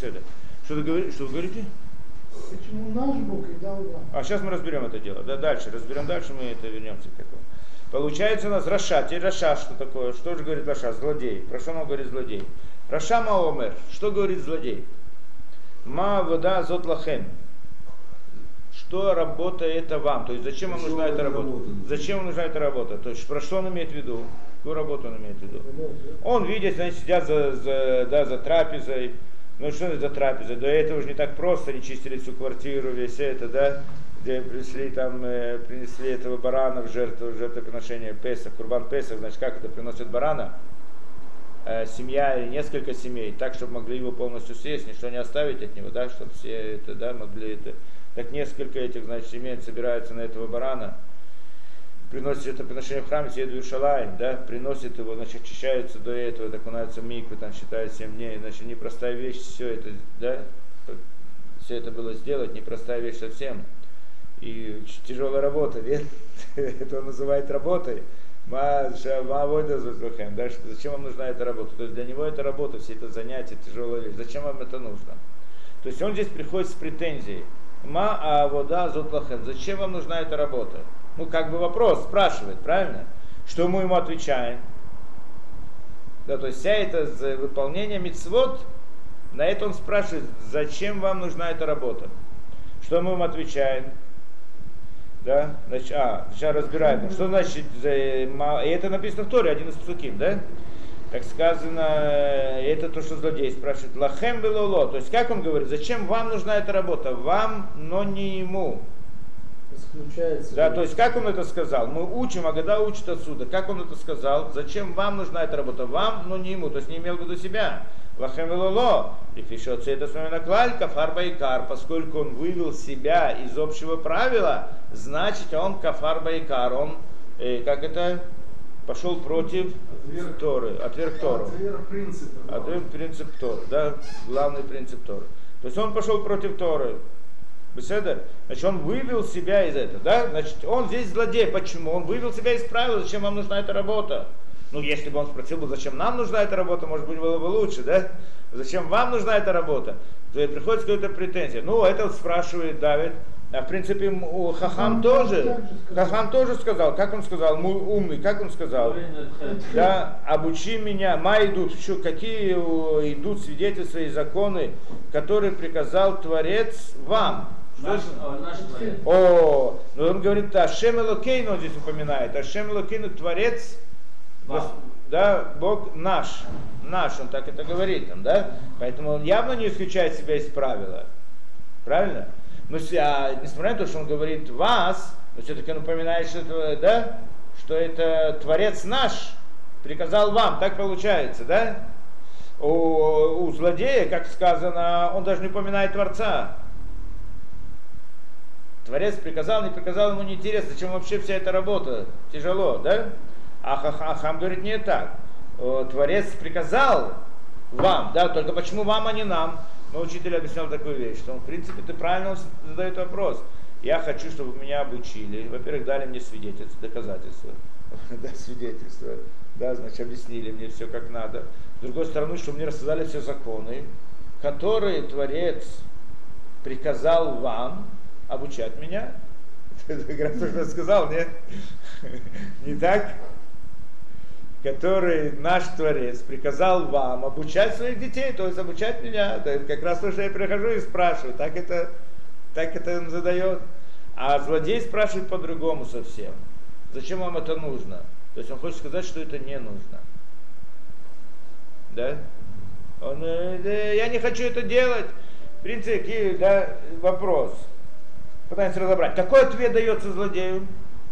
беседа. Что вы говорите? Почему наш Бог и дал вам? А сейчас мы разберем это дело. Да, дальше. Разберем дальше, мы это вернемся к этому. Получается у нас Раша. Теперь Раша что такое? Что же говорит Раша? Злодей. Про что он говорит злодей? Раша Маомер. Что говорит злодей? Ма вода зот лахен. Что работа это вам? То есть зачем вам нужна эта работа? Зачем вам нужна эта работа? То есть про что он имеет в виду? Какую работу он имеет в виду? Он видит, они сидят за трапезой. Ну что это за трапеза? До этого уже не так просто, они чистили всю квартиру, весь это, да? Где принесли этого барана в жертвоприношение Песах, Курбан Песах, значит, как это приносят барана? Семья или несколько семей, так, чтобы могли его полностью съесть, ничто не оставить от него, да, чтобы все это, да, могли это. Так несколько этих, значит, семей собираются на этого барана, приносят это приношение в храме, едут в Иерушалаим, да, приносят его, значит, очищаются до этого, так окунаются в микву, там считают 7 дней, значит, непростая вещь, все это, да, все это было сделать, непростая вещь совсем. И тяжелая работа, нет? Это он называет работой. Да, зачем вам нужна эта работа? То есть для него это работа, все это занятия, тяжелая вещь. Зачем вам это нужно? То есть он здесь приходит с претензией. Зачем вам нужна эта работа? Ну, как бы вопрос спрашивает, правильно? Что мы ему отвечаем? Да, то есть вся это выполнение мицвот, на это он спрашивает, зачем вам нужна эта работа? Что мы ему отвечаем? Да? Значит, сейчас разбираем. Что значит, и это написано в Торе, один из псуким, да? Так сказано, это то, что злодей спрашивает. Лахем белоло. То есть, как он говорит, зачем вам нужна эта работа? Вам, но не ему. Да, то есть, как он это сказал? Мы учим, Агада учит отсюда. Как он это сказал? Зачем вам нужна эта работа? Вам, но не ему. То есть, не имел в виду себя. Лахем белоло. И фишот это с вами наклаль, кафар байкар. Поскольку он вывел себя из общего правила, значит, он кафар байкар. Он, как это? Пошел против Торы, отверг Тору. Отверг принцип Торы, да, главный принцип Торы. То есть он пошел против Торы. Беседа? Значит, он вывел себя из этого, да? Значит, он здесь злодей. Почему? Он вывел себя из правил, зачем вам нужна эта работа? Ну, если бы он спросил бы, зачем нам нужна эта работа, может быть, было бы лучше, да? Зачем вам нужна эта работа? То приходит какая-то претензия. Ну, это спрашивает Давид. А в принципе, Хахам тоже сказал, как он сказал, мой умный, как он сказал, да, обучи меня, идут, какие идут свидетельства и законы, которые приказал Творец вам. Ну он говорит, Ашем Элокейну, он здесь упоминает, Ашем Элокейну, Творец, да, Бог наш, он так это говорит, там, да, поэтому он явно не исключает себя из правила, правильно? Но несмотря на то, что он говорит вас, но все-таки напоминает, что это, да, что это Творец наш приказал вам, так получается, да? У злодея, как сказано, он даже не упоминает Творца. Творец приказал, не приказал, ему не интересно, зачем вообще вся эта работа, тяжело, да? А Хахам говорит не так. Творец приказал вам, да, только почему вам, а не нам? Но учитель объяснял такую вещь, что он, в принципе, ты правильно задает вопрос. Я хочу, чтобы меня обучили. Во-первых, дали мне свидетельство, доказательства. Да, свидетельство. Да, значит, объяснили мне все как надо. С другой стороны, чтобы мне рассказали все законы, которые Творец приказал вам обучать меня. Ты как раз что сказал, нет? Не так? Который наш Творец приказал вам обучать своих детей, то есть обучать меня. Это как раз то, что я прихожу и спрашиваю, так это он задает. А злодей спрашивает по-другому совсем. Зачем вам это нужно? То есть он хочет сказать, что это не нужно. Да? Я не хочу это делать. В принципе, да, вопрос. Пытаемся разобрать. Какой ответ дается злодею?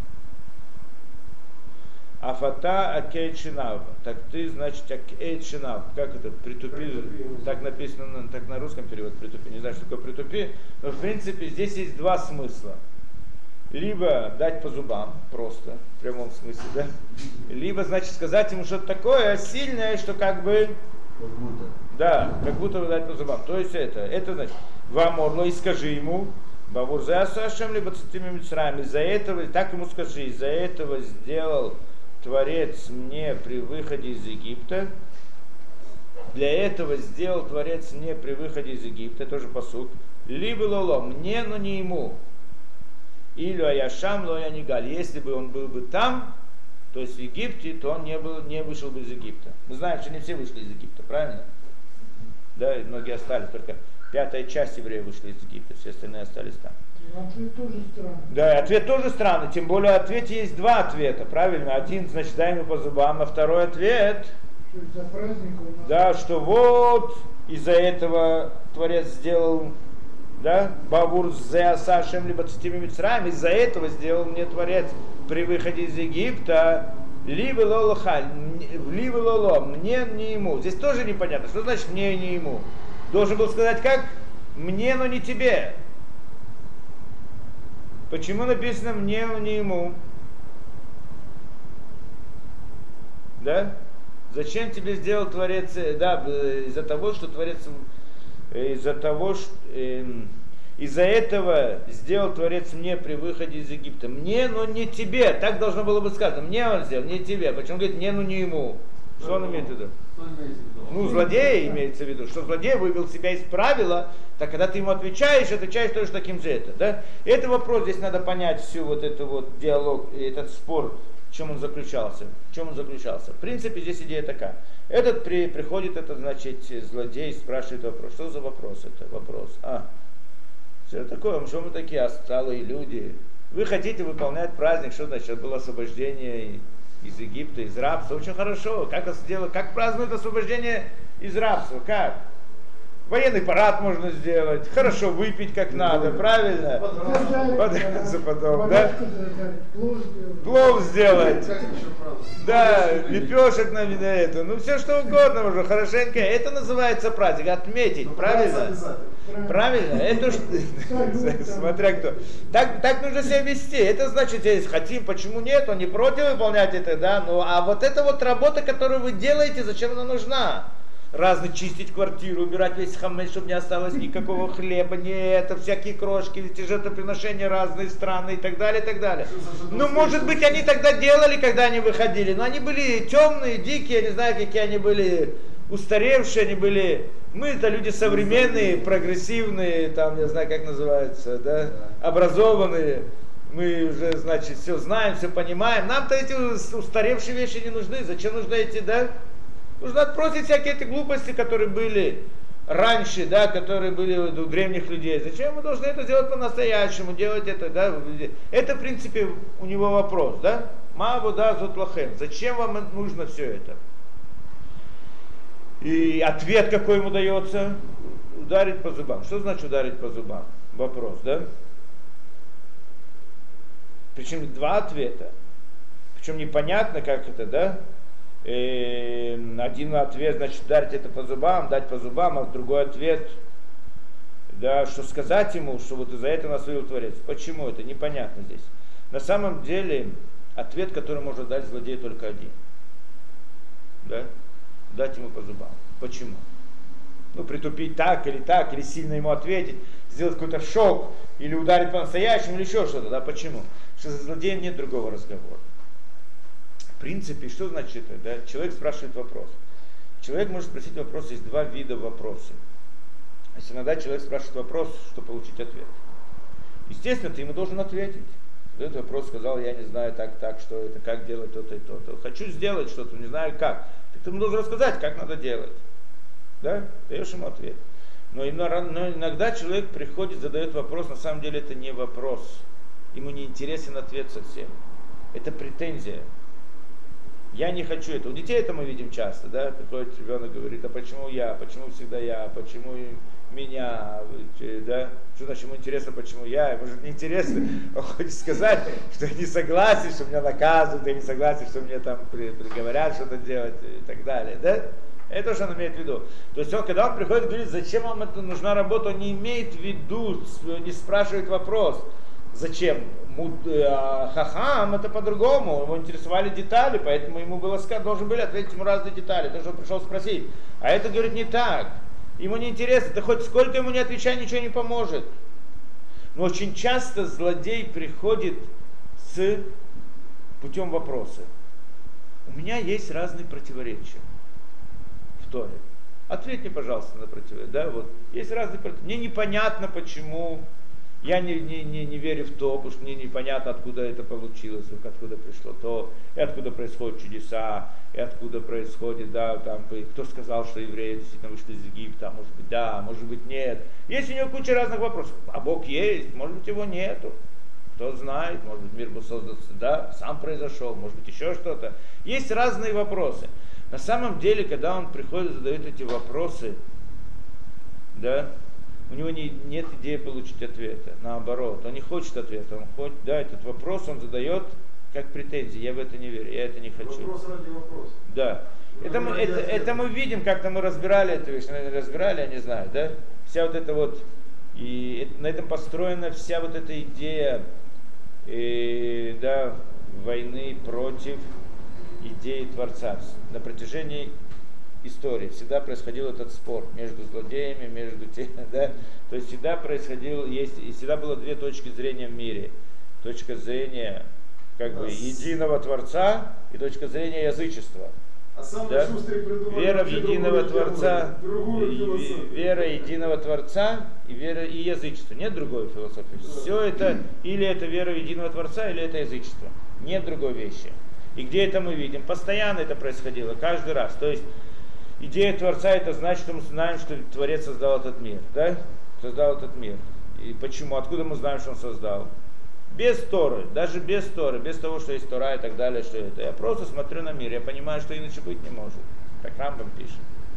Афата акейчинав. Так ты, значит, акейчинав. Как это? Притупи. Так написано, так на русском перевод притупи. Не знаю, что такое притупи. Но в принципе здесь есть два смысла. Либо дать по зубам, просто, в прямом смысле, да? Либо, значит, сказать ему что-то такое сильное, что как бы... Как будто. Да, как будто дать по зубам. То есть это значит, ваморло и скажи ему, бавур за Ашем, либо цитими мицраем. Из-за этого, так ему скажи, из-за этого сделал Творец мне при выходе из Египта, для этого сделал Творец мне при выходе из Египта, тоже пасук, либо лоло, мне, но не ему. Или аяшам, но я не галь. Если бы он был бы там, то есть в Египте, то он не вышел бы из Египта. Мы знаем, что не все вышли из Египта, правильно? Да, и многие остались, только 5-я часть евреев вышли из Египта, все остальные остались там. Ответ тоже странный. Да, ответ тоже странный, тем более в ответе есть два ответа, правильно? Один, значит, дай ему по зубам, а второй ответ, Что из-за праздника у нас... да, что вот из-за этого Творец сделал, да, Бавур Зеаса Шем либо Цитими Мицраим, из-за этого сделал мне Творец при выходе из Египта, либо лолохаль, либо лоло, мне, не ему. Здесь тоже непонятно, что значит мне и не ему. Должен был сказать как? Мне, но не тебе. Почему написано мне, но не ему? Да? Зачем тебе сделал Творец? Да, из-за того, что Творец, из-за этого сделал Творец мне при выходе из Египта. Мне, но не тебе. Так должно было бы сказано. Мне он сделал, не тебе. Почему он говорит мне, но не ему? Что он имеет в виду? Ну, злодей имеется в виду, что злодей вывел себя из правила, так когда ты ему отвечаешь тоже таким же это, да? Это вопрос, здесь надо понять всю вот эту вот диалог, этот спор, в чем он заключался. В принципе, здесь идея такая. Приходит, значит, злодей, спрашивает вопрос. Что за вопрос это? Вопрос. Что такое? Что мы такие отсталые люди? Вы хотите выполнять праздник, что значит? Было освобождение из Египта, из рабства. Очень хорошо. Как празднуют освобождение из рабства? Как? Военный парад можно сделать, хорошо выпить как надо, правильно? Подраться потом, да? Плов сделать. Да, лепешек на это. Ну все что угодно уже, хорошенько. Это называется праздник, отметить, правильно? Правильно? Это смотря кто. Так нужно себя вести. Это значит, если хотим, почему нет, он не против выполнять это, да? Ну а вот эта вот работа, которую вы делаете, зачем она нужна? Разно чистить квартиру, убирать весь хамец, чтобы не осталось никакого хлеба, не это, всякие крошки, ведь жертвоприношения разные страны и так далее, и так далее. Ну, может быть, они тогда делали, когда они выходили, но они были темные, дикие, я не знаю, какие они были, устаревшие, они были... Мы-то люди современные, прогрессивные, там, я знаю, как называется, да, образованные. Мы уже, значит, все знаем, все понимаем. Нам-то эти устаревшие вещи не нужны. Зачем нужны эти, да? Нужно отбросить всякие эти глупости, которые были раньше, да, которые были у древних людей. Зачем мы должны это делать по-настоящему, делать это, да? Это, в принципе, у него вопрос, да? Маву, да, зутлахем. Зачем вам нужно все это? И ответ какой ему дается? Ударить по зубам. Что значит ударить по зубам? Вопрос, да? Причем два ответа. Причем непонятно, как это, да? Один ответ, значит, ударить это по зубам, дать по зубам, а другой ответ, да, что сказать ему, что вот из-за этого нас вывел Творец. Почему это? Непонятно здесь. На самом деле, ответ, который может дать злодей, только один. Да? Дать ему по зубам. Почему? Ну, притупить так, или сильно ему ответить, сделать какой-то шок, или ударить по-настоящему, или еще что-то, да, почему? Потому что за злодеем нет другого разговора. В принципе, что значит это? Да? Человек спрашивает вопрос. Человек может спросить вопрос, есть два вида вопросов. Если иногда человек спрашивает вопрос, чтобы получить ответ. Естественно, ты ему должен ответить. Этот вопрос сказал, я не знаю так, что это, как делать то-то и то-то. Хочу сделать что-то, не знаю как. Ты ему должен рассказать, как надо делать. Да? Даешь ему ответ. Но иногда человек приходит, задает вопрос, на самом деле это не вопрос. Ему не интересен ответ совсем. Это претензия. Я не хочу это. У детей это мы видим часто, да? Приходит ребенок, говорит, а почему я, почему всегда я, почему меня, да? Что значит ему интересно, почему я? Ему же не интересно. Он хочет сказать, что я не согласен, что меня наказывают, я не согласен, что мне там приговорят что-то делать и так далее, да? Это то, что он имеет в виду. То есть он, когда он приходит и говорит, зачем вам это нужна работа, он не имеет в виду, не спрашивает вопрос. Зачем? Хахам это по-другому, его интересовали детали, поэтому ему было сказано, должен были ответить ему разные детали, то, что он пришел спросить. А это говорит не так. Ему не интересно, ты хоть сколько ему не отвечай, ничего не поможет. Но очень часто злодей приходит с путем вопроса. У меня есть разные противоречия в Торе. Ответь мне, пожалуйста, на противовес. Да, вот. Есть разные противовесы. Мне непонятно, почему я не верю в то, потому что мне непонятно, откуда это получилось, откуда пришло то, и откуда происходят чудеса, и откуда происходит, да, там, кто сказал, что евреи действительно вышли из Египта, может быть, да, может быть, нет. Есть у него куча разных вопросов. А Бог есть, может быть, его нету. Кто знает, может быть, мир был создан, да, сам произошел, может быть, еще что-то. Есть разные вопросы. На самом деле, когда он приходит и задает эти вопросы, да, у него нет идеи получить ответа. Наоборот, он не хочет ответа. Он хочет, да, этот вопрос он задает как претензии. Я в это не верю, я это не хочу. Вопрос ради вопроса. Да. Это мы видим, как-то мы разбирали эту вещь, наверное, разбирали, я не знаю, да? Вся вот эта вот, и на этом построена вся вот эта идея, да, войны против идеи Творца. На протяжении истории всегда происходил этот спор между злодеями, между теми, да, то есть всегда происходил, есть, и всегда было две точки зрения в мире. Точка зрения как бы единого Творца и точка зрения язычества. А сам да? Вера в единого Творца, вера единого Творца и вера и язычество. Нет другой философии. Все это, или это вера в единого Творца, или это язычество. Нет другой вещи. И где это мы видим? Постоянно это происходило, каждый раз. То есть идея Творца, это значит, что мы знаем, что Творец создал этот мир. Да? Создал этот мир. И почему? Откуда мы знаем, что он создал? Без Торы, даже без Торы, без того, что есть Тора и так далее, что это. Я просто смотрю на мир, я понимаю, что иначе быть не может. Так Рамбам пишет.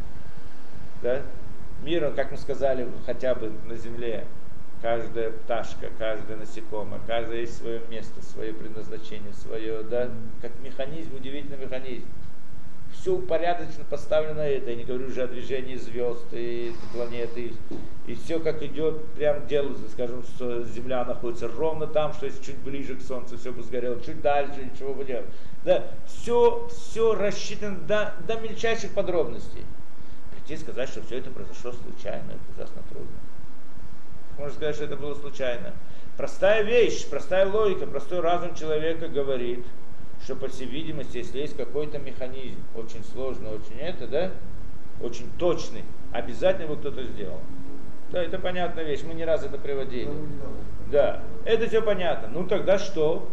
Да? Мир, он, как мы сказали, хотя бы на земле, каждая пташка, каждое насекомое, каждое есть свое место, свое предназначение, свое, да, как механизм, удивительный механизм. Все упорядоченно поставлено это, я не говорю уже о движении звезд и планеты, и все как идет, прям делается, скажем, что Земля находится ровно там, что если чуть ближе к Солнцу, все бы сгорело, чуть дальше, ничего бы нет. Да, все рассчитано до мельчайших подробностей. Прийти и сказать, что все это произошло случайно, это ужасно трудно. Можно сказать, что это было случайно. Простая вещь, простая логика, простой разум человека говорит, что, по всей видимости, если есть какой-то механизм, очень сложный, очень это, да, очень точный, обязательно его кто-то сделал. Да, это понятная вещь, мы не раз это приводили. Да, это все понятно. Ну тогда что?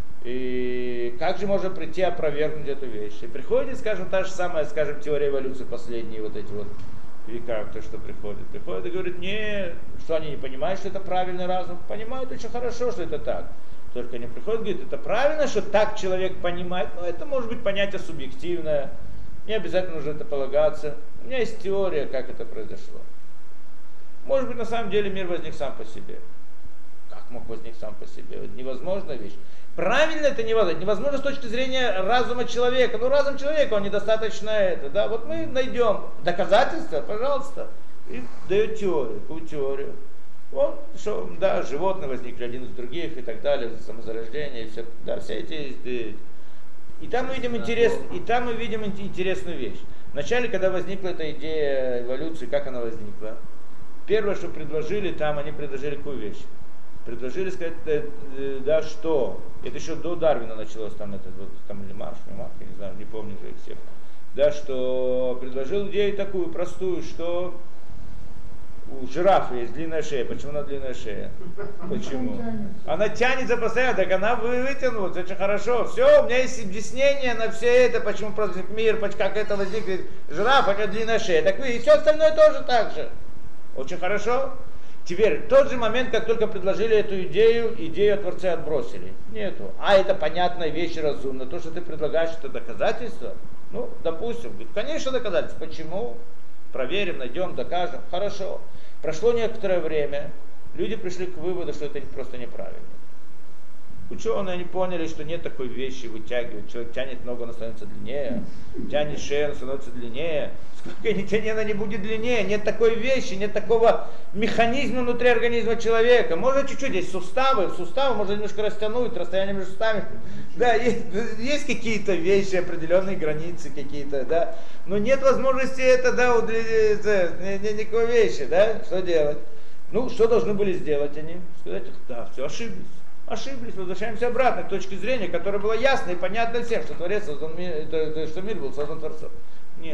И как же можно прийти опровергнуть эту вещь? И приходит, скажем, та же самая, скажем, теория эволюции, последние вот эти вот века, то, что приходит. Приходит и говорит, не, что они не понимают, что это правильный разум. Понимают очень хорошо, что это так. Только не приходит, говорит, это правильно, что так человек понимает, но это может быть понятие субъективное, не обязательно нужно это полагаться. У меня есть теория, как это произошло. Может быть, на самом деле мир возник сам по себе. Как мог возникнуть сам по себе? Это невозможная вещь. Правильно это невозможно. Невозможно с точки зрения разума человека. Ну, разум человека, он недостаточно это. Да? Вот мы найдем доказательства, пожалуйста, и дает теорию. Какую теорию? Вот, что, да, животные возникли один из других и так далее, самозарождение, и все, да, все эти. И там мы видим интересную вещь. Вначале, когда возникла эта идея эволюции, как она возникла? Первое, что предложили, там они предложили какую вещь? Предложили сказать, да, что? Это еще до Дарвина началось, там, это, вот, там или Марш, я не знаю, не помню уже их всех. Да, что предложил идею такую простую, что у жирафа есть длинная шея. Почему она длинная шея? Почему? Она тянется постоянно, так она вытянулась, очень хорошо. Все, у меня есть объяснение на все это, почему просто мир, как это возникнет. Жираф, у него длинная шея. Так вы, и все остальное тоже так же. Очень хорошо. Теперь, тот же момент, как только предложили эту идею от Творца отбросили. Нету. А это понятная вещь и разумно. То, что ты предлагаешь, это доказательство. Ну, допустим. Конечно, доказательство. Почему? Проверим, найдем, докажем. Хорошо. Прошло некоторое время, люди пришли к выводу, что это просто неправильно. Ученые они поняли, что нет такой вещи вытягивать. Человек тянет ногу, она становится длиннее, тянет шею, она становится длиннее. Сколько ни тяни, она не будет длиннее. Нет такой вещи, нет такого механизма внутри организма человека. Можно чуть-чуть, есть суставы можно немножко растянуть, расстояние между суставами. Да, есть какие-то вещи, определенные границы какие-то, да. Но нет возможности это, да, нет никакой вещи, да. Что делать? Ну, что должны были сделать они? Сказать, да, все, ошиблись, возвращаемся обратно к точке зрения, которая была ясна и понятна всем, что Творец создан мир, что мир был создан Творцом. Нет.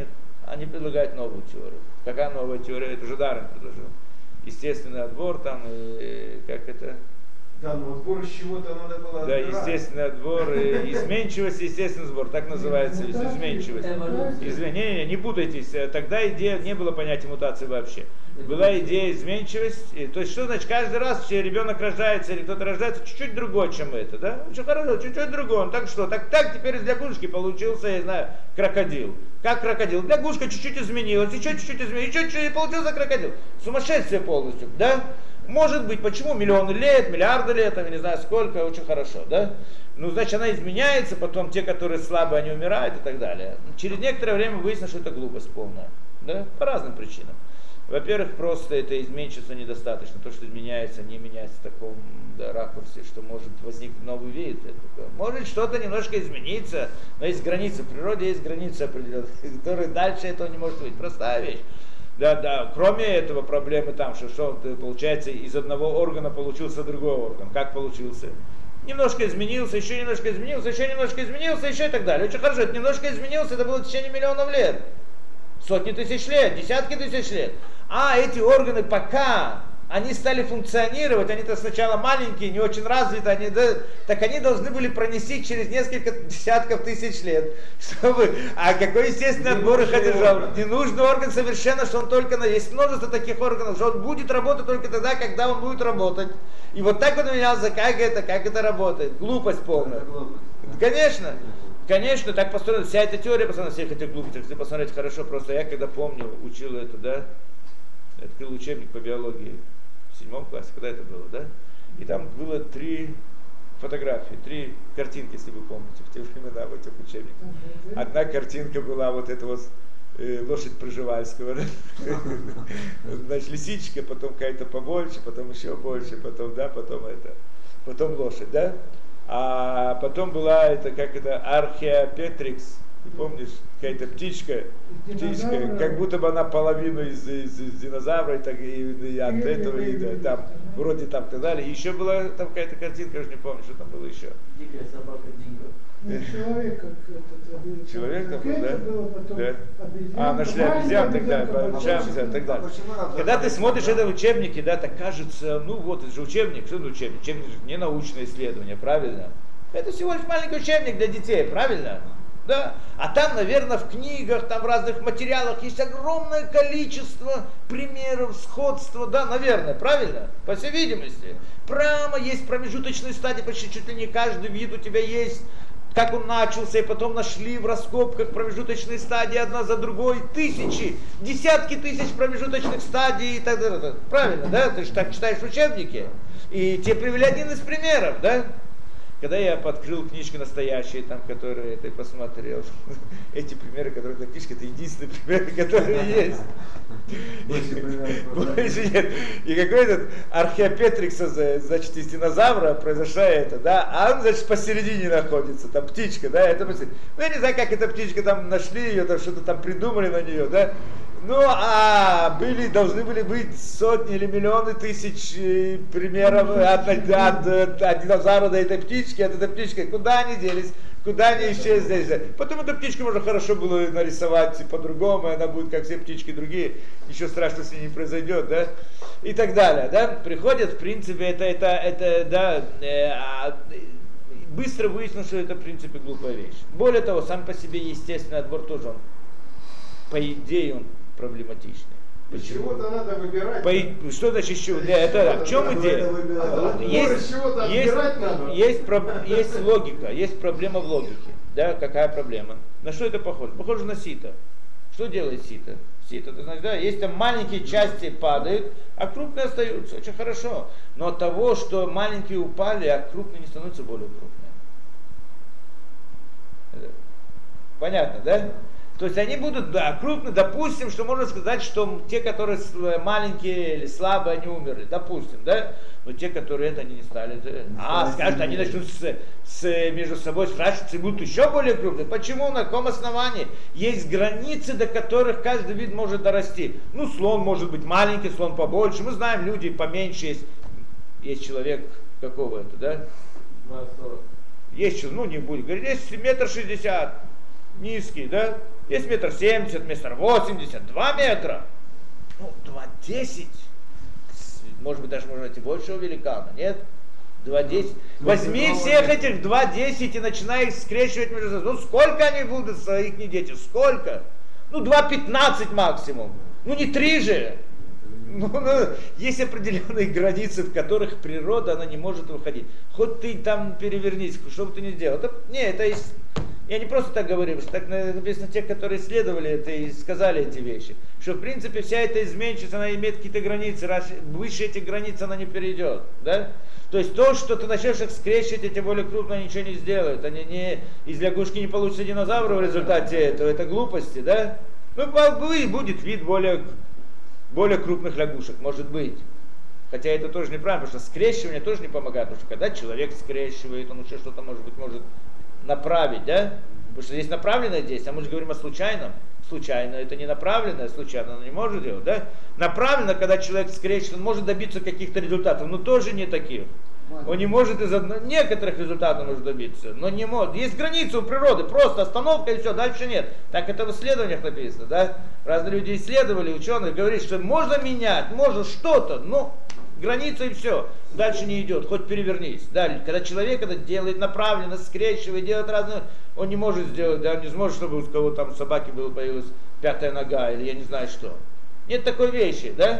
Они предлагают новую теорию. Какая новая теория? Это же Дарвин предложил. Естественный отбор там, и как это? Да, но отбор из чего-то надо было Да, отбирать. естественный отбор, изменчивость, естественный сбор, так называется, изменчивость. Не путайтесь, тогда идея, не было понятия мутации вообще. Была идея изменчивость, то есть что значит, каждый раз ребенок рождается или кто-то рождается чуть-чуть другой, чем это, да? Очень хорошо, чуть-чуть другой, он так что, так теперь из лягушки получился, я знаю, крокодил. Как крокодил? Лягушка чуть-чуть изменилась, еще чуть-чуть изменилась, чуть-чуть и получился крокодил. Сумасшествие полностью, да? Может быть, почему? Миллионы лет, миллиарды лет, я не знаю сколько, очень хорошо, да? Ну, значит, она изменяется, потом те, которые слабые, они умирают и так далее. Через некоторое время выяснилось, что это глупость полная, да? По разным причинам. Во-первых, просто это изменчивство недостаточно. То, что изменяется, не меняется в таком ракурсе, что может возникнуть новый вид. Может что-то немножко измениться, но есть границы. В природе есть границы определенные, которые дальше этого не может быть. Простая вещь. Да. Кроме этого проблемы там, что получается из одного органа получился другой орган. Как получился? Немножко изменился, еще немножко изменился, еще немножко изменился, еще и так далее. Очень хорошо, это немножко изменился, это было в течение миллионов лет. Сотни тысяч лет, десятки тысяч лет. А эти органы пока они стали функционировать, они-то сначала маленькие, не очень развиты, так они должны были пронести через несколько десятков тысяч лет. А какой естественный отбор их одержал? Ненужный орган совершенно, что он только, есть множество таких органов, что он будет работать только тогда, когда он будет работать. И вот так он менялся, как это работает. Глупость полная. Конечно, так построена вся эта теория построена на всех этих глупостях. Если посмотреть хорошо, просто я когда помню, учил это, да, открыл учебник по биологии в 7 классе, когда это было, да, и там было 3 фотографии, 3 картинки, если вы помните, в те времена, в этих учебниках. Одна картинка была вот эта вот лошадь Пржевальского, да? Значит, лисичка, потом какая-то побольше, потом еще больше, потом лошадь, да? А потом была археопетрикс, ты помнишь, какая-то птичка, как будто бы она половину из динозавра, и от этого, и там, вроде там, и так далее. Еще была там какая-то картинка, я уже не помню, что там было еще. Дикая собака Динго. Человек как этот. Человек там был, да? Было, потом да. Нашли обезьян, так далее, так далее. Когда ты смотришь это в учебнике, да, так кажется, ну вот, это же учебник, что это учебник? Учебник же не научное исследование, правильно? Это всего лишь маленький учебник для детей, правильно? Да? А там, наверное, в книгах, там в разных материалах есть огромное количество примеров, сходства, да, наверное, правильно? По всей видимости. Прямо есть промежуточные стадии, почти чуть ли не каждый вид у тебя есть, как он начался, и потом нашли в раскопках промежуточные стадии одна за другой, тысячи, десятки тысяч промежуточных стадий и так далее. Правильно, да? Ты же так читаешь в учебнике. И тебе привели один из примеров, да? Когда я открыл книжки настоящие, там, которые ты посмотрел, эти примеры, которые на книжке, это единственные примеры, которые есть. Больше нет. И какой-то археопетрикса, значит, из динозавра произошла это, да, а он, значит, посередине находится, там птичка, да, это посередине. Ну, я не знаю, как эта птичка, там нашли ее, там что-то там придумали на нее, да. Ну, должны были быть сотни или миллионы тысяч примеров от динозавра до этой птички, от этой птички. Куда они делись, куда они исчезли. Потом эту птичку можно хорошо было нарисовать по-другому, она будет как все птички другие, ничего страшного с ней не произойдет, да, и так далее, да. Приходят, в принципе, быстро выяснилось, что это, в принципе, глупая вещь. Более того, сам по себе естественный отбор тоже, по идее, он проблематичный. Чего-то надо выбирать. Что значит чего? В чем идея? Есть логика, есть проблема в логике. Да, какая проблема? На что это похоже? Похоже на сито. Что делает сито? Сито, ты знаешь, да, есть там маленькие части падают, а крупные остаются. Очень хорошо. Но от того, что маленькие упали, а крупные не становятся более крупными. Понятно, да? То есть они будут, да, крупные, допустим, что можно сказать, что те, которые маленькие или слабые, они умерли, допустим, да? Но те, которые это, они не стали. Скажут, они начнут между собой спрашиваться и будут еще более крупные. Почему? На каком основании? Есть границы, до которых каждый вид может дорасти. Ну, слон может быть маленький, слон побольше. Мы знаем, люди поменьше есть человек какого это, да? 2,40. Есть, ну не будет говорить, есть 1,60 м, низкий, да? Есть 1,70 м, 1,80 м, 2 метра. Ну, 2,10. Может быть, даже можно найти большего великана, нет? 2,10. Возьми всех этих 2,10 и начинай их скрещивать между собой. Ну, сколько они будут, их дети? Сколько? Ну, 2,15 максимум. Ну, не 3 же. Ну, есть определенные границы, в которых природа, она не может выходить. Хоть ты там перевернись, что бы ты ни сделал. Это есть... Я не просто так говорю, что так написано те, которые исследовали это и сказали эти вещи. Что в принципе вся эта изменчивость, она имеет какие-то границы, раз выше этих границ она не перейдет. Да? То есть то, что ты начнешь их скрещивать, эти более крупные ничего не сделают. Они не, из лягушки не получится динозавра в результате этого, это глупости, да? Ну, будет вид более крупных лягушек, может быть. Хотя это тоже неправильно, потому что скрещивание тоже не помогает. Потому что когда человек скрещивает, он еще что-то может направить, да? Потому что здесь направленное действие, а мы же говорим о случайном. Случайно это не направленное, случайно оно не может делать, да? Направленно, когда человек скрещивает, он может добиться каких-то результатов, но тоже не таких. Он не может некоторых результатов может добиться, но не может. Есть границы у природы, просто остановка и все, дальше нет. Так это в исследованиях написано, да? Разные люди исследовали, ученые говорят, что можно менять, можно что-то, но граница и все. Дальше не идет, хоть перевернись. Да, когда человек это делает направленно, скрещивает, делает разные, он не может сделать, да, он не сможет, чтобы у кого-то там собаки появилась 5-я нога или я не знаю что. Нет такой вещи, да?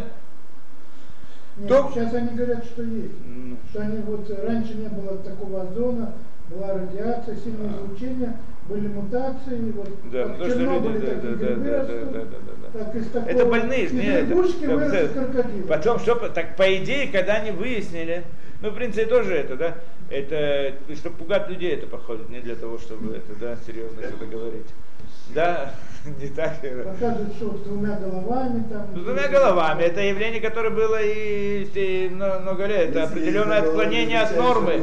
Нет, То... сейчас они говорят, что есть. Что они вот раньше не было такого озона, была радиация, сильное излучение, были мутации, вот да, как в Чернобыле такие грибы растут, так из такого, это больные, из нет, лягушки вырос крокодил. Потом, так по идее, когда они выяснили, ну, в принципе, тоже это, чтобы пугать людей это походит, не для того, чтобы это, да, серьезно что-то говорить. Да, не так. Показывают, что с 2 головами там. С 2 головами. Это явление, которое было и много лет. Это определенное отклонение от нормы.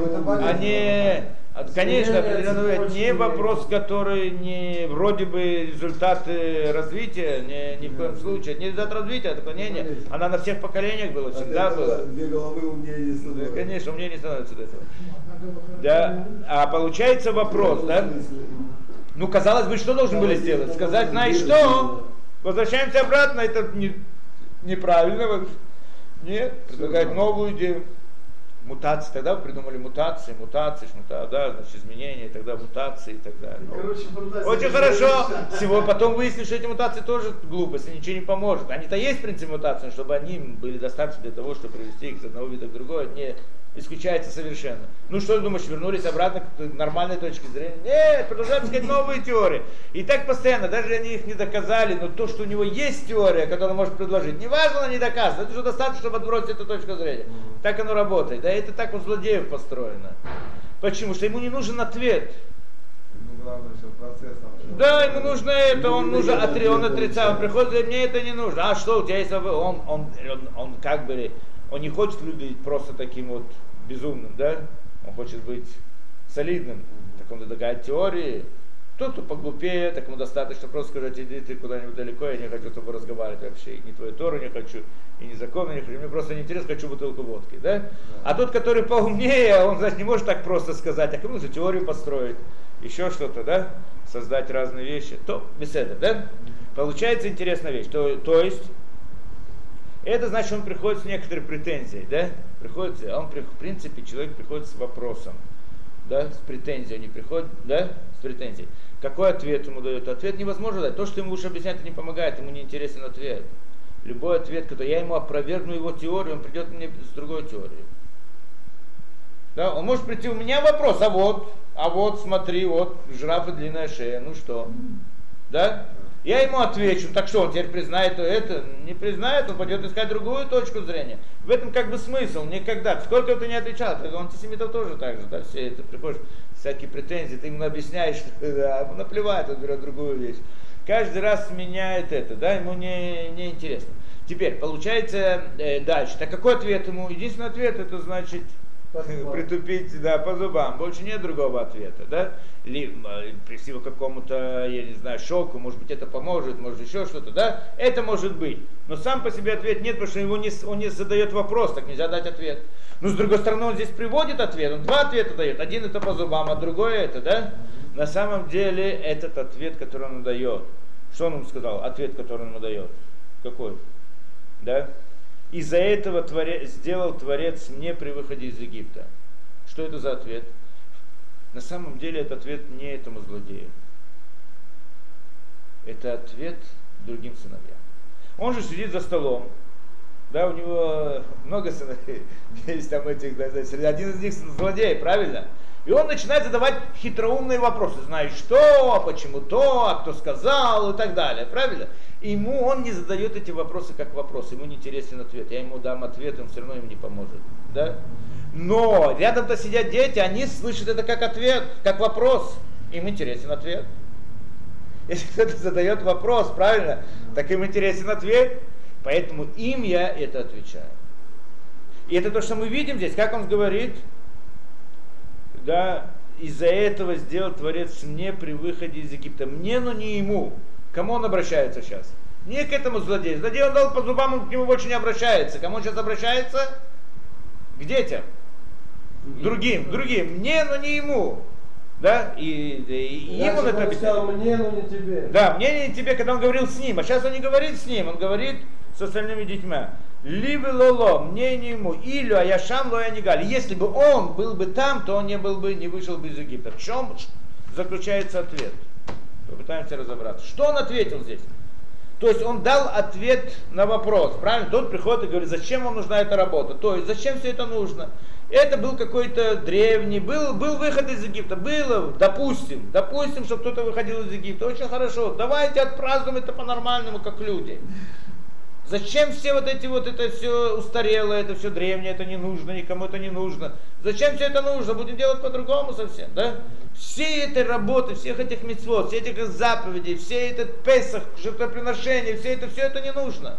Конечно, определенное не вопрос, который не вроде бы результаты развития, ни в коем случае. Не результат развития, а отклонение. Она на всех поколениях была, всегда была. 2 головы умнее не становятся. Да, конечно, умнее не становится от этого. Да. А получается вопрос, да? Ну, казалось бы, что должны были сделать? Сказать, знаешь что? Возвращаемся обратно, это неправильно. Нет, предлагают новую идею. Мутации, тогда придумали мутации, да, значит, изменения, и тогда мутации и так далее. Короче, очень хорошо. Всего потом выяснилось, что эти мутации тоже глупость, и ничего не поможет. Они-то есть, в принципе, мутации, но чтобы они были достаточно для того, чтобы привести их с одного вида к другой, не исключается совершенно. Ну что ты думаешь, вернулись обратно к нормальной точке зрения? Нет, продолжают искать новые теории. И так постоянно, даже они их не доказали, но то, что у него есть теория, которую он может предложить, неважно, она не доказана, это уже достаточно, чтобы отбросить эту точку зрения. Так оно работает. Да, это так у злодеев построено. Почему? Что ему не нужен ответ. Ну, главное, что процесс там. Да, ему нужно это, он отрицает, он приходит, говорит, мне это не нужно. А что у тебя есть? Он как бы, он не хочет выглядеть просто таким вот безумным, да? Он хочет быть солидным. Так он предлагает теории. Кто-то поглупее, так ему достаточно просто сказать, иди ты куда-нибудь далеко, я не хочу с тобой разговаривать вообще. И ни твою Тору не хочу, и ни законы не хочу. Мне просто неинтересно, хочу бутылку водки, да? А тот, который поумнее, он, значит, не может так просто сказать, а кому нужно теорию построить, еще что-то, да? Создать разные вещи. То, беседа, да? Получается интересная вещь. То есть, это значит, он приходит с некоторой претензией, да? В принципе, человек приходит с вопросом, да, с претензией, он не приходит, да, с претензией. Какой ответ ему дает? Ответ невозможно дать. То, что ему будешь объяснять, это не помогает, ему не интересен ответ. Любой ответ, который я ему опровергну его теорию, он придет мне с другой теорией. Да, он может прийти, у меня вопрос, а вот, смотри, вот, жирафа длинная шея, ну что, да? Я ему отвечу, так что, он теперь признает это? Не признает, он пойдет искать другую точку зрения. В этом как бы смысл, никогда. Сколько ты не отвечал, у антисемитов тоже так же, да, все это приходишь, всякие претензии, ты ему объясняешь, что да, ему наплевать, он берет другую вещь. Каждый раз меняет это, да, ему не интересно. Теперь, получается, дальше, так какой ответ ему? Единственный ответ, это значит, притупить, да, по зубам. Больше нет другого ответа, да? Или привести его к какому-то, я не знаю, шоку, может быть, это поможет, может еще что-то, да? Это может быть. Но сам по себе ответ нет, потому что он не задает вопрос, так нельзя дать ответ. Но с другой стороны, он здесь приводит ответ, он 2 ответа дает. Один это по зубам, а другой это, да? На самом деле, этот ответ, который он дает, Что он ему сказал? Ответ, который он ему дает. Какой? Да? Из-за этого сделал Творец мне при выходе из Египта. Что это за ответ? На самом деле это ответ не этому злодею. Это ответ другим сыновьям. Он же сидит за столом. Да, у него много сыновей. Есть там этих, да, один из них злодей, правильно? И он начинает задавать хитроумные вопросы. Знаешь что, почему то, а кто сказал и так далее. Правильно? И ему он не задает эти вопросы как вопросы. Ему не интересен ответ. Я ему дам ответ, он все равно им не поможет. Да? Но рядом-то сидят дети, они слышат это как ответ, как вопрос. Им интересен ответ. Если кто-то задает вопрос, правильно, так им интересен ответ. Поэтому им я это отвечаю. И это то, что мы видим здесь. Как он говорит? Да, из-за этого сделал Творец мне при выходе из Египта. Мне, но не ему. К кому он обращается сейчас? Не к этому злодею. Злодей он дал по зубам, он к нему больше не обращается. К кому он сейчас обращается? К детям. Другим. Мне, но не ему. Да? И им он это объяснял. Мне, но не тебе. Да, мне, не тебе, когда он говорил с ним. А сейчас он не говорит с ним, он говорит с остальными детьми. Либо лоло, мне не ему, или аяшам лоя нигаль. Если бы он был бы там, то он не вышел бы из Египта. В чем заключается ответ? Попытаемся разобраться. Что он ответил здесь? То есть он дал ответ на вопрос, правильно? Тот приходит и говорит, зачем вам нужна эта работа? То есть зачем все это нужно? Это был какой-то древний, был выход из Египта, было, допустим, что кто-то выходил из Египта, очень хорошо, давайте отпразднуем это по-нормальному, как люди. Зачем все это все устарело, это все древнее, это не нужно, никому это не нужно. Зачем все это нужно? Будем делать по-другому совсем, да? Все этой работы, всех этих мицвот, все этих заповедей, все этот Песах, жертвоприношение, все это не нужно.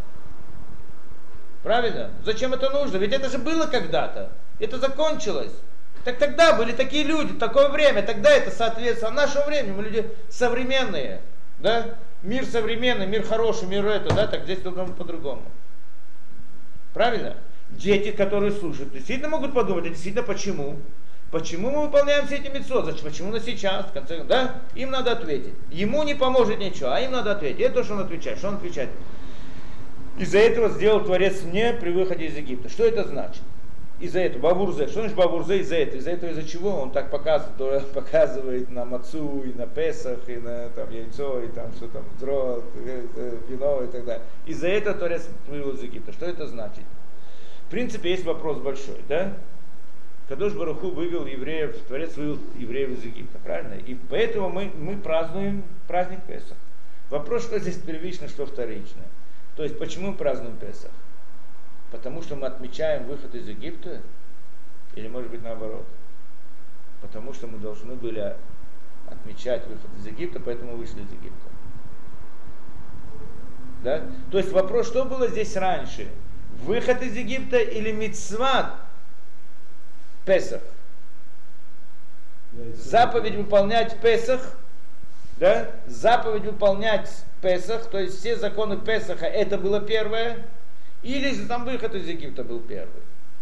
Правильно? Зачем это нужно? Ведь это же было когда-то. Это закончилось. Так тогда были такие люди, такое время, тогда это соответственно нашему времени. Мы люди современные, да? Мир современный, мир хороший, мир это, да, так здесь по-другому. Правильно? Дети, которые слушают, действительно могут подумать, а действительно почему? Почему мы выполняем все эти мицвот? Почему на сейчас? В конце, да? Им надо ответить. Ему не поможет ничего, а им надо ответить. Это то, что он отвечает. Что он отвечает? Из-за этого сделал Творец мне при выходе из Египта. Что это значит? Из-за этого, бавурзе. Что значит бавурзе из-за этого? Из-за этого из-за чего? Он так показывает на мацу, и на Песах, и на там, яйцо, и там что там, дрот, вино и так далее. Из-за этого Творец вывел из Египта. Что это значит? В принципе, есть вопрос большой, да? Кадош Барух Ху вывел евреев, Творец вывел евреев из Египта, правильно? И поэтому мы празднуем праздник Песах. Вопрос, что здесь первично, что вторичное. То есть, почему мы празднуем Песах? Потому что мы отмечаем выход из Египта? Или может быть наоборот? Потому что мы должны были отмечать выход из Египта, поэтому вышли из Египта. Да? То есть вопрос, что было здесь раньше? Выход из Египта или мицват Песах? Заповедь выполнять Песах, да? Заповедь выполнять Песах, то есть все законы Песаха, это было первое, или же там выход из Египта был первый.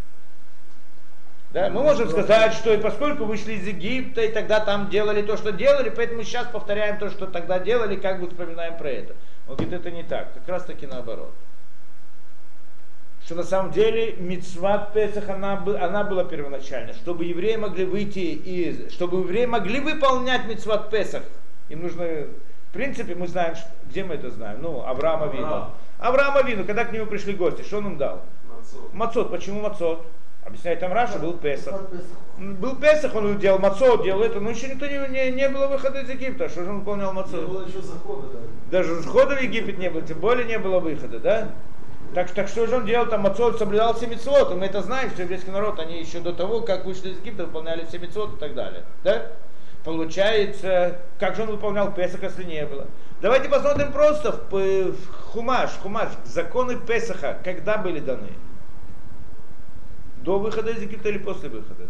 Да? Мы можем сказать, что и поскольку вышли из Египта, и тогда там делали то, что делали, поэтому сейчас повторяем то, что тогда делали, как бы вспоминаем про это. Он говорит, это не так, как раз таки наоборот. Что на самом деле мицват Песах, она была первоначальной, чтобы евреи могли чтобы евреи могли выполнять мицват Песах, им нужно, в принципе, мы знаем, где мы это знаем, Авраам Авину, когда к нему пришли гости, что он им дал? Мацот. Почему мацот? Объясняет там Раша, был Песах. Был Песах, он делал мацот, делал это, но еще никто не было выхода из Египта, что же он выполнял мацот? Не было еще захода, да. Даже захода в Египет не было, тем более не было выхода, да? Так что же он делал, там мацот соблюдал все мицвот, и мы это знаем, что еврейский народ, они еще до того, как вышли из Египта, выполняли все мицвот и так далее, да? Получается, как же он выполнял Песах, если не было? Давайте посмотрим просто в Хумаш, законы Песаха, когда были даны? До выхода из Египта или после выхода?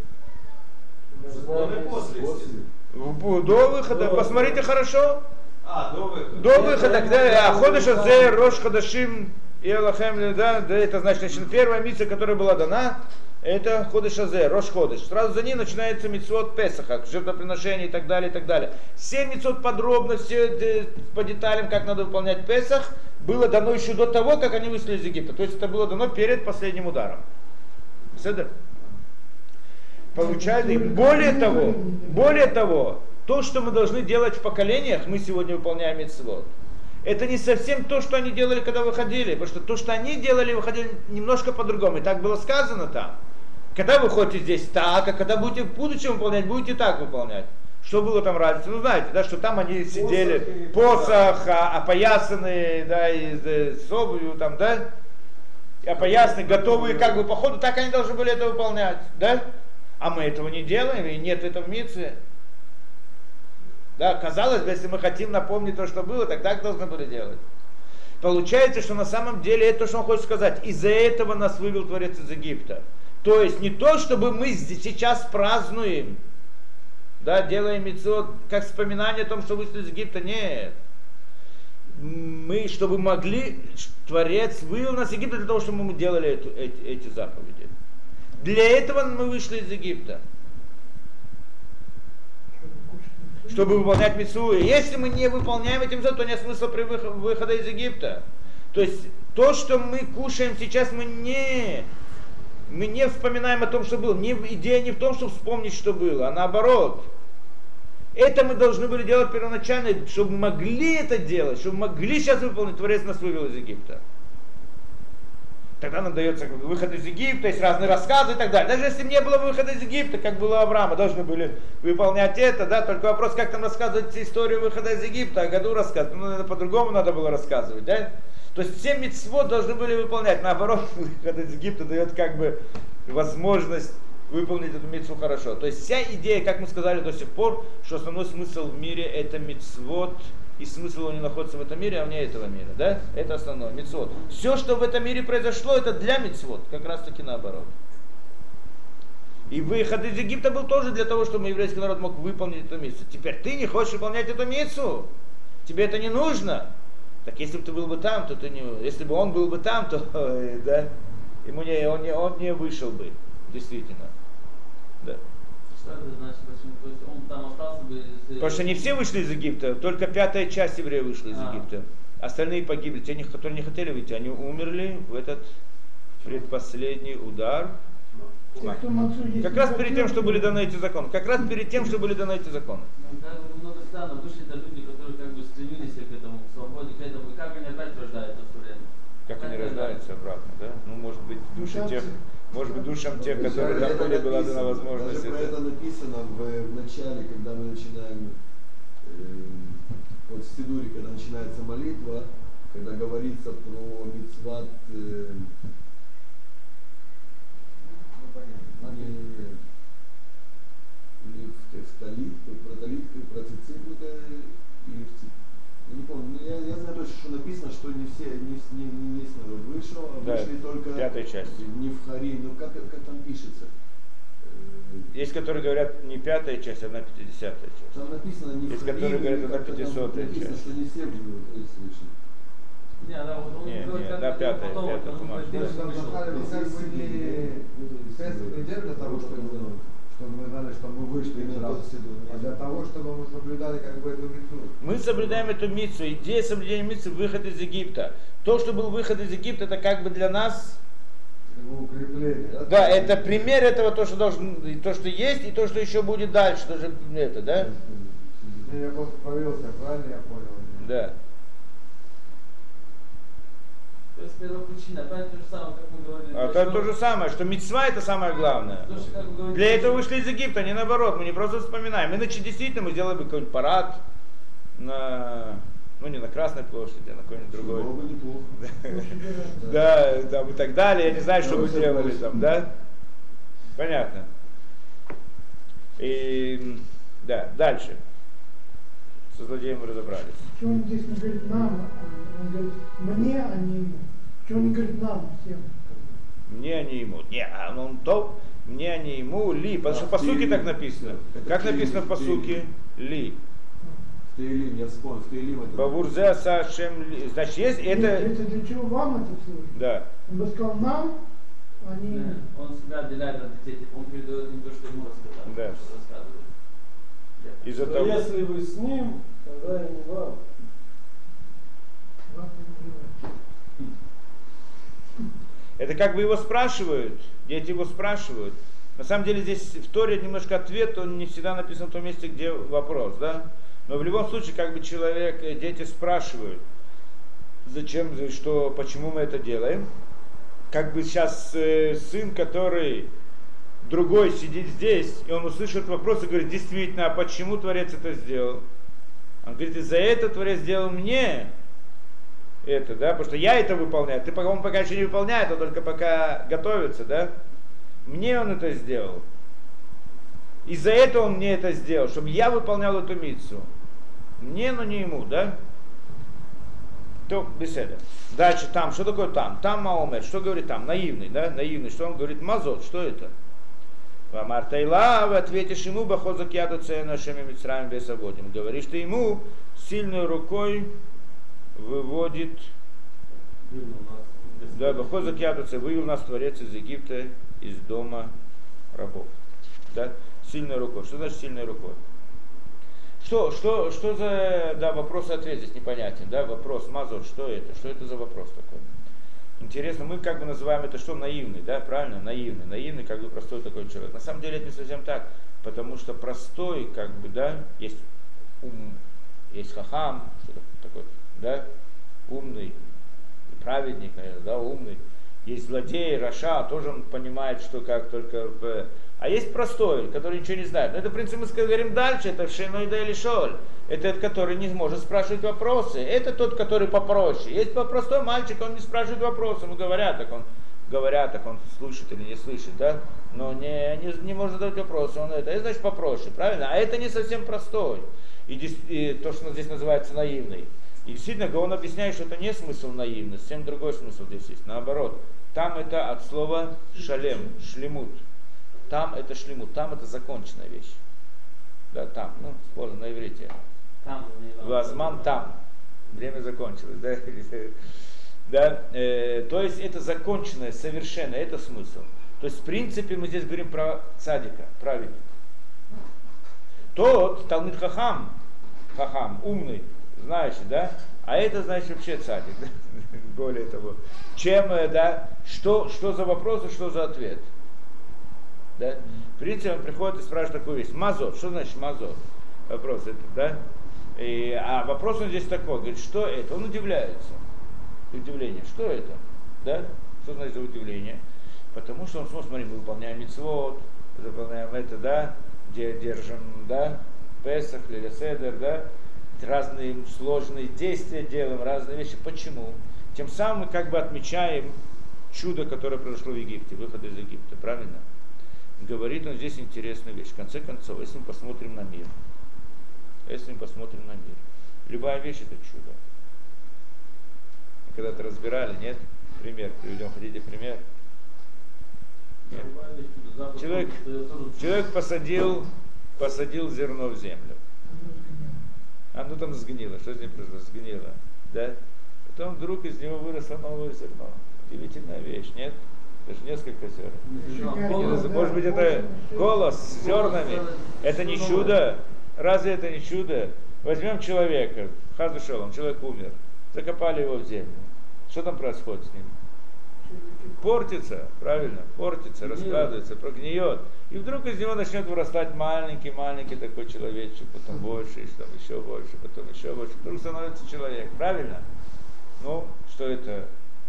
До выхода, посмотрите хорошо. До выхода. До выхода, когда Ходеш Азе, Рош Ходашим И Аллахем, да, это значит, первая митцва, которая была дана, это Ходеш Азе, Рош Ходеш. Сразу за ней начинается митцвот Песаха, жертвоприношение и так далее, и так далее. Все митцвот подробно, все по деталям, как надо выполнять Песах, было дано еще до того, как они вышли из Египта. То есть это было дано перед последним ударом. Седер? Получается, более того, то, что мы должны делать в поколениях, мы сегодня выполняем митцвот. Это не совсем то, что они делали, когда выходили, потому что то, что они делали, выходили немножко по-другому. И так было сказано там. Когда вы ходите здесь так, а когда будете в будущем выполнять, будете так выполнять. Что было там разница? Ну знаете, да, что там они сидели, посох, опоясанные, да, с обувью там, да, опоясанные, готовые как бы по ходу, так они должны были это выполнять, да? А мы этого не делаем, и нет этого в митцве. Да, казалось бы, если мы хотим напомнить то, что было, так должны были делать. Получается, что на самом деле это то, что он хочет сказать. Из-за этого нас вывел Творец из Египта. То есть не то, чтобы мы сейчас празднуем, да, делаем мицвот, как вспоминание о том, что вышли из Египта. Нет. Мы, чтобы могли, Творец вывел нас из Египта для того, чтобы мы делали эти заповеди. Для этого мы вышли из Египта. Чтобы выполнять мицву. Если мы не выполняем этим заповедь, то нет смысла при выходе из Египта. То есть то, что мы кушаем сейчас, мы не вспоминаем о том, что было. Идея не в том, чтобы вспомнить, что было, а наоборот. Это мы должны были делать первоначально, чтобы могли это делать, чтобы могли сейчас выполнить. Творец нас вывел из Египта. Тогда нам дается выход из Египта, есть разные рассказы и так далее. Даже если не было выхода из Египта, как было у Авраама, должны были выполнять это, да, только вопрос, как там рассказывать историю выхода из Египта, о году рассказывать, ну, это по-другому надо было рассказывать, да. То есть все мицвот должны были выполнять, наоборот, выход из Египта дает как бы возможность выполнить эту мицву хорошо. То есть вся идея, как мы сказали до сих пор, что основной смысл в мире это мицвот, и смысл он не находится в этом мире, а вне этого мира, да? Это основное, мицвот. Все, что в этом мире произошло, это для мицвот, как раз таки наоборот. И выход из Египта был тоже для того, чтобы еврейский народ мог выполнить эту мицву. Теперь ты не хочешь выполнять эту мицву, тебе это не нужно. Так если бы ты был бы там, то ты не... Если бы он был бы там, то да, он не вышел бы, действительно. Да. Что это значит, почему? То есть он там остался бы... Потому что не все вышли из Египта, только 5-я часть евреев вышла из Египта. Остальные погибли. Те, которые не хотели выйти, они умерли в этот предпоследний удар. Как раз перед тем, что были даны эти законы. Как раз перед тем, что были даны эти законы. Ну, как бы много странно, вышли-то люди, которые как бы стремились к этому, к свободе, к этому, и как они опять рождаются все время? Как они рождаются обратно, да? Ну, может быть, души тех... Может быть, душам тех, которые там были, была дана возможность. Даже про это написано в начале, когда мы начинаем, вот в Сидуре, когда начинается молитва, когда говорится про мицват, или в талит, про талит, про цицит, или в цицит. Я не помню, но я знаю точно, что написано, что не весь народ вышел, а вышли только 5-я часть. Не в Хари, но как там пишется? Есть, которые говорят не 5-я часть, а на 50-я часть. Там написано не есть, в Хари, которые говорят на 500-я часть. Написано, что не все вышли. Не, да, вот он говорит, как на 5-я, потом, 5-я бумага. Не для того, чтобы мы знали, что мы вышли из рабства, а для того, чтобы мы соблюдали как бы эту мицву. Мы соблюдаем эту мицву. Идея соблюдения мицвы — выход из Египта. То, что был выход из Египта, это как бы для нас... Укрепление. Да, это пример этого, то, что должен, то, что есть, и то, что еще будет дальше. Тоже это, да? Я просто провелся, правильно я понял? Да. То есть первопричина, опять то же самое, как мы говорили. Это то же самое, что мицва — это самое главное. То, что, как вы говорите, Для этого вышли из Египта, не наоборот, мы не просто вспоминаем. Иначе действительно мы сделали бы какой-нибудь парад на, ну не на Красной площади, а на какой-нибудь другой. Было бы неплохо. Да, там и так далее, я не знаю, что бы делали там, да? Понятно. И, да, дальше. Со злодеем мы разобрались. Почему он здесь не говорит нам, он говорит мне, а не ему? Почему он не говорит нам всем? Мне, а не ему. Не, он то, мне, а не ему, ли. Потому что по суке так написано. Как написано по суке? Ли. В Теилим, я вспомнил, в Теилим это... Бавурзе Сашем, значит, есть это... Это для чего вам это служит? Да. Он бы сказал нам, они... Да, он себя отделяет от детей, он передает им то, что ему рассказал, Да. что рассказывает. Из-за Но того... если вы с ним, тогда и не вам. Вам не понимаете. Это как бы его спрашивают, дети его спрашивают. На самом деле здесь в Торе немножко ответ, он не всегда написан в том месте, где вопрос, да? Но в любом случае, как бы человек, дети спрашивают, зачем, что, почему мы это делаем. Как бы сейчас сын, который другой сидит здесь, и он услышит вопрос и говорит, действительно, а почему Творец это сделал? Он говорит, из-за этого Творец сделал мне это, да, потому что я это выполняю. Ты, он пока еще не выполняет, а только пока готовится, да? Мне он это сделал. Из-за этого он мне это сделал, чтобы я выполнял эту мицву. Мне, но не ему, да? То беседа. Дальше там, что такое там? Там Маомер, что говорит там? Наивный, да? Наивный, что он говорит? Мазот, что это? Вамар Тайла, вы ответишь ему, Бахозак яду цену Ашеми Мицраем Бесаводим. Говоришь ты ему, сильной рукой выводит, да, Бахозак яду цену, вывел нас Творец из Египта, из дома рабов. Да? Сильной рукой. Что значит сильной рукой? Что за, да, вопрос и ответ здесь непонятен, да, вопрос, Мазот, что это за вопрос такой? Интересно, мы как бы называем это что, наивный, да, правильно, наивный, как бы простой такой человек. На самом деле это не совсем так, потому что простой, как бы, да, есть ум, есть хахам, что такое, да, умный, праведник, наверное, да, умный. Есть злодей, раша, тоже он понимает, что как только в... А есть простой, который ничего не знает. Но это, в принципе, мы говорим дальше, это Шейнойда или Шоль. Это тот, который не может спрашивать вопросы. Это тот, который попроще. Есть простой мальчик, он не спрашивает вопросы. Ему говорят, так он слышит или не слышит, да? Но не может задать вопросы. Это значит попроще, правильно? А это не совсем простой. И то, что здесь называется наивный. И действительно, Гаон объясняет, что это не смысл наивности, совсем другой смысл здесь есть. Наоборот, там это от слова шалем, шлемут. Там это шлемут, там это законченная вещь. Да, там, сложно на иврите. Там, Вазман там. Время закончилось, да? Да? То есть это законченное, совершенно, это смысл. То есть в принципе мы здесь говорим про цадика, праведника. Тот Талмид Хахам, умный, знающий, да? А это значит вообще цадик, да? Более того. Чем, да, что за вопрос и что за ответ. Да? В принципе, он приходит и спрашивает такую вещь. Мазот, что значит мазот? Вопрос этот, да? А вопрос он здесь такой, говорит, что это? Он удивляется. Удивление, что это? Да? Что значит за удивление? Потому что он смотрит, мы выполняем мицвот, выполняем это, да, держим, да, Песах, Лилеседер, да, разные сложные действия делаем, разные вещи. Почему? Тем самым мы как бы отмечаем чудо, которое произошло в Египте, выход из Египта, правильно? Говорит он здесь интересную вещь. В конце концов, если мы посмотрим на мир, любая вещь это чудо. Мы когда-то разбирали, нет? Пример приведем, хотите пример? Нет. Человек посадил зерно в землю. Оно там сгнило. Что с ним произошло? Сгнило. Да? Потом вдруг из него выросло новое зерно. Удивительная вещь, нет? Это же несколько зерен. Может быть, это колос с зернами. Это не чудо. Разве это не чудо? Возьмем человека, хас вешалом, человек умер, закопали его в землю. Что там происходит с ним? Портится, правильно, портится, раскладывается, прогниет. И вдруг из него начнет вырастать маленький такой человечек, потом больше, там еще больше, потом еще больше. Вдруг становится человек, правильно? Ну, что это?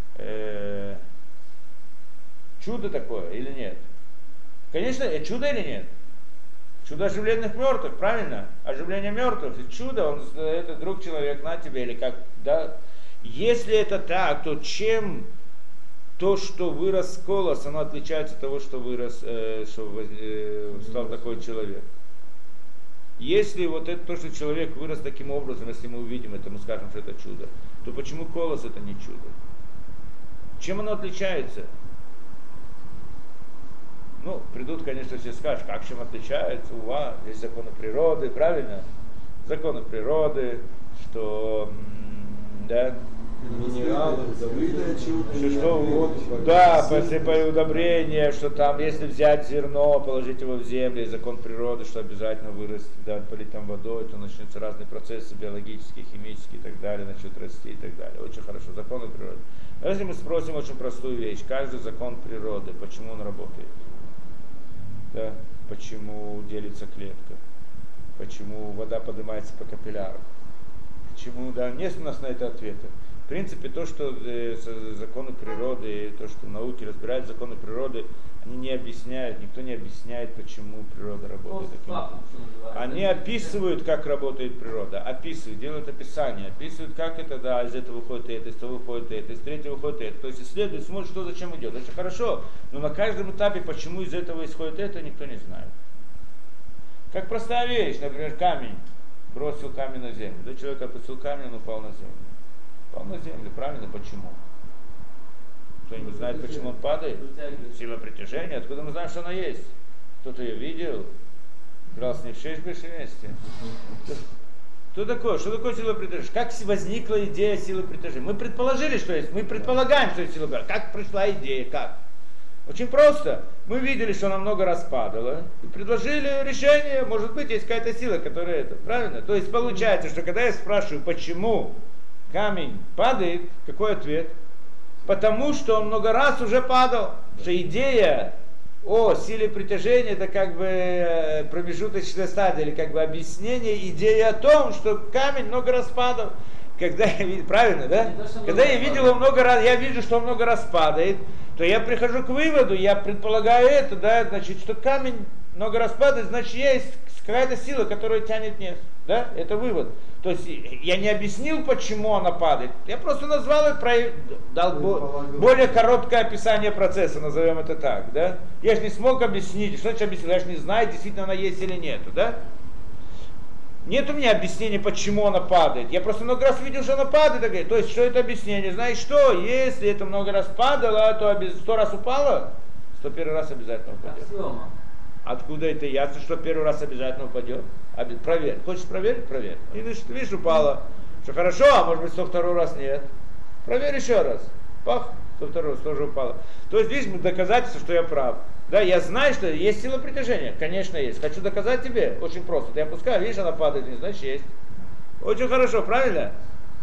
Чудо такое или нет? Конечно, это чудо или нет? Чудо оживленных мертвых, правильно? Оживление мертвых, чудо, это друг человек на тебе или как, да? Если это так, то чем то, что вырос колос, оно отличается от того, что вырос, стал такой человек? Если вот это то, что человек вырос таким образом, если мы увидим это, мы скажем, что это чудо, то почему колос это не чудо? Чем оно отличается? Ну, придут, конечно, все скажут, как чем отличается, здесь законы природы, правильно? законы природы, что да, Минералы, забытое чудо. да, посыпали удобрения, что там, если взять зерно, положить его в землю, и закон природы, что обязательно вырастет, да, полить там водой, то начнутся разные процессы биологические, химические и так далее, начнут расти и так далее. Очень хорошо, законы природы. Но если мы спросим очень простую вещь, каждый закон природы, почему он работает? Да? Почему делится клетка? Почему вода поднимается по капиллярам? Почему, да, нет у нас на это ответа. В принципе, то, что законы природы, то, что науки разбирают законы природы, они не объясняют, никто не объясняет, почему природа работает таким образом. Они описывают, как работает природа, описывают, делают описание, описывают, как это, да, из этого выходит это, из того выходит это, из третьего выходит это. То есть исследуют, смотрят, что зачем идет. Очень хорошо, но на каждом этапе, почему из этого исходит это, никто не знает. Как простая вещь, например, камень. Бросил камень на землю. Да, человек опустил камень, он упал на землю. Упал на землю, правильно? Почему? Кто-нибудь знает, почему он падает? Сила притяжения. Откуда мы знаем, что она есть? Кто-то ее видел? Играл с ней в 6 больше вместе. Что такое? Что такое сила притяжения? Как возникла идея силы притяжения? Мы предположили, что есть. Мы предполагаем, что есть сила притяжения. Как пришла идея? Как? Очень просто. Мы видели, что она много раз падала, и предложили решение, может быть, есть какая-то сила, которая это, правильно? То есть получается, что когда я спрашиваю, почему камень падает, какой ответ? Потому что он много раз уже падал. Что идея о силе притяжения, это как бы промежуточная стадия, или как бы объяснение идеи о том, что камень много раз падал. Когда я видел, правильно, да? Когда я видел его много раз, я вижу, что он много раз падает, то я прихожу к выводу, я предполагаю это, да, значит, что камень много раз падает, значит, есть какая-то сила, которая тянет вниз, да, это вывод. То есть я не объяснил, почему она падает, я просто назвал и дал более короткое описание процесса, назовем это так, да. Я же не смог объяснить, что значит объяснил, я же не знаю, действительно она есть или нет, да. Нет у меня объяснения, почему она падает. Я просто много раз видел, что она падает. То есть, что это объяснение? Знаешь что? Если это много раз падало, то 100 раз упало, 101 раз обязательно упадет. Откуда это ясно, что первый раз обязательно упадет? Проверь. Хочешь проверить? Проверь. И видишь, упало. Что хорошо, а может быть 102 раз нет. Проверь еще раз. Пах, 102 раз тоже упало. То есть, видишь, доказательство, что я прав. Да, я знаю, что есть сила притяжения. Конечно, есть. Хочу доказать тебе. Очень просто. Ты опускаешь, видишь, она падает, не значит, есть. Очень хорошо, правильно?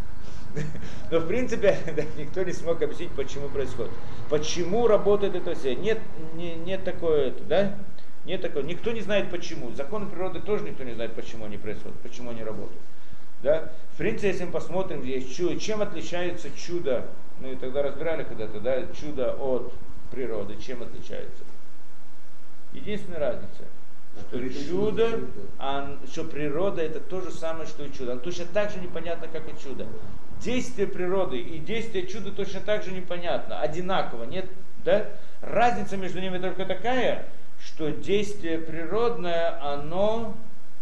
Но в принципе никто не смог объяснить, почему происходит. Почему работает это все. Нет такое, да? Нет такого. Никто не знает почему. Законы природы тоже никто не знает, почему они происходят, почему они работают. Да? В принципе, если мы посмотрим, есть чудо. Чем отличается чудо? Мы тогда разбирали когда-то, да, чудо от природы. Чем отличается? Единственная разница, что чудо, что природа это то же самое, что и чудо. Оно точно так же непонятно, как и чудо. Действие природы и действие чуда точно так же непонятно, одинаково, нет, да? Разница между ними только такая, что действие природное, оно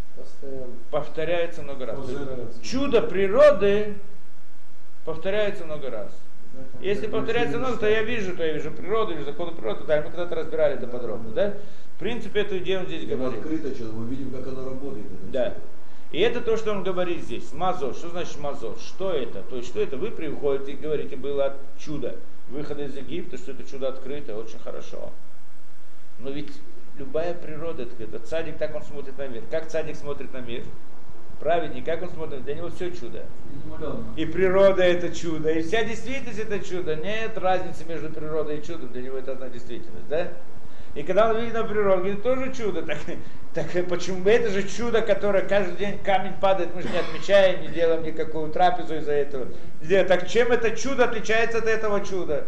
повторяется много раз. Чудо природы повторяется много раз. Если повторяется много, то я вижу природу, вижу законы природы, да, мы когда-то разбирали это подробно, да? В принципе, эту идею он здесь говорит. Открыто что-то, мы видим, как оно работает. Да. И это то, что он говорит здесь. Мазот. Что значит мазот? Что это? То есть, что это? Вы приходите и говорите, было чудо. Выход из Египта, что это чудо открыто, очень хорошо. Но ведь любая природа открыта. Цадик, так он смотрит на мир. Как цадик смотрит на мир? Праведник, как он смотрит? Для него все чудо. И природа это чудо, и вся действительность это чудо. Нет разницы между природой и чудом, для него это одна действительность, да? И когда он видит на природу, говорит, тоже чудо. Так почему? Это же чудо, которое каждый день камень падает, мы же не отмечаем, не делаем никакую трапезу из-за этого. Так чем это чудо отличается от этого чуда?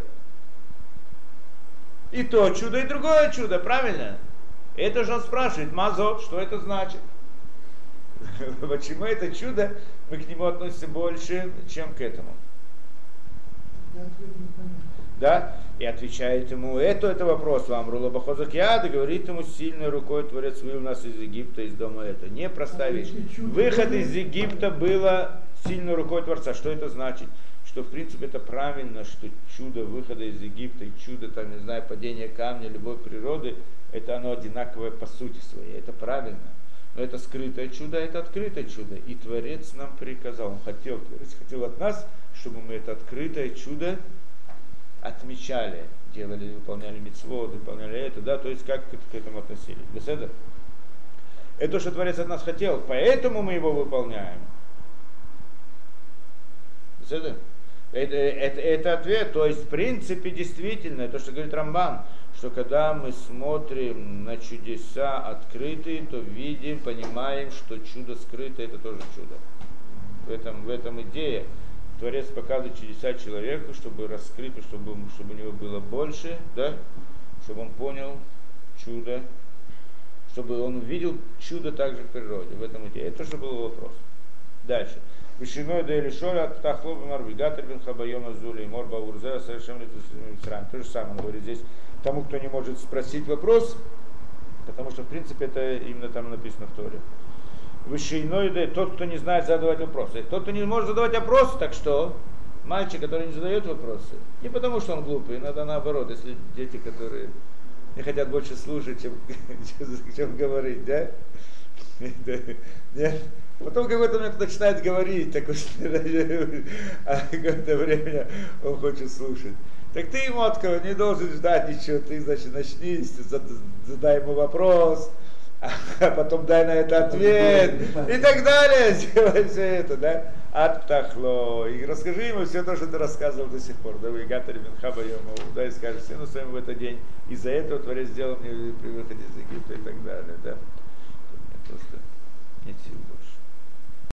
И то чудо, и другое чудо, правильно? Это же он спрашивает, мазот, что это значит? Почему это чудо, мы к нему относимся больше, чем к этому? Да? И отвечает ему, это вопрос вам, Рула Бахозак Яд, и говорит ему, сильной рукой Творец вывел нас из Египта, из дома это. Непростая вещь. Выход из Египта было сильной рукой Творца. Что это значит? Что в принципе это правильно, что чудо выхода из Египта и чудо, там, не знаю, падения камня, любой природы, это оно одинаковое по сути своей. Это правильно. Но это скрытое чудо, это открытое чудо. И Творец нам приказал, он хотел, Творец хотел от нас, чтобы мы это открытое чудо отмечали, делали, выполняли мицвот, выполняли это, да, то есть как к этому относились. Беседа? Это то, что Творец от нас хотел, поэтому мы его выполняем. Беседа? Это ответ, то есть в принципе действительно, то, что говорит Рамбан, что когда мы смотрим на чудеса открытые, то видим, понимаем, что чудо скрытое это тоже чудо. В этом идея. Творец показывает чудеса человеку, чтобы раскрыть, чтобы у него было больше, да? Чтобы он понял чудо, чтобы он увидел чудо также в природе. В этом идея. Это же был вопрос. Дальше. Вишиной да или шоля от тахлоба марвигатор бен хабайома зули морба урзея совершенно то же самое он говорит здесь тому, кто не может спросить вопрос, потому что в принципе это именно там написано в Торе. Вишиной да тот, кто не знает задавать вопросы. Тот, кто не может задавать вопросы, так что мальчик, который не задает вопросы, не потому что он глупый, иногда наоборот, если дети, которые не хотят больше слушать, чем говорить, да? Нет? Потом какой-то момент начинает говорить, так уж, а какое-то время он хочет слушать. Так ты ему не должен ждать ничего, ты, значит, начни, задай ему вопрос, а потом дай на это ответ, и так далее, сделай все это, да? Аттахло, и расскажи ему все то, что ты рассказывал до сих пор, да, вы Гатари Бенхаба Йому, да, и скажешь сыну своему в этот день, из-за этого Творец сделал мне при выходе из Египта и так далее, да. Просто нет сил больше.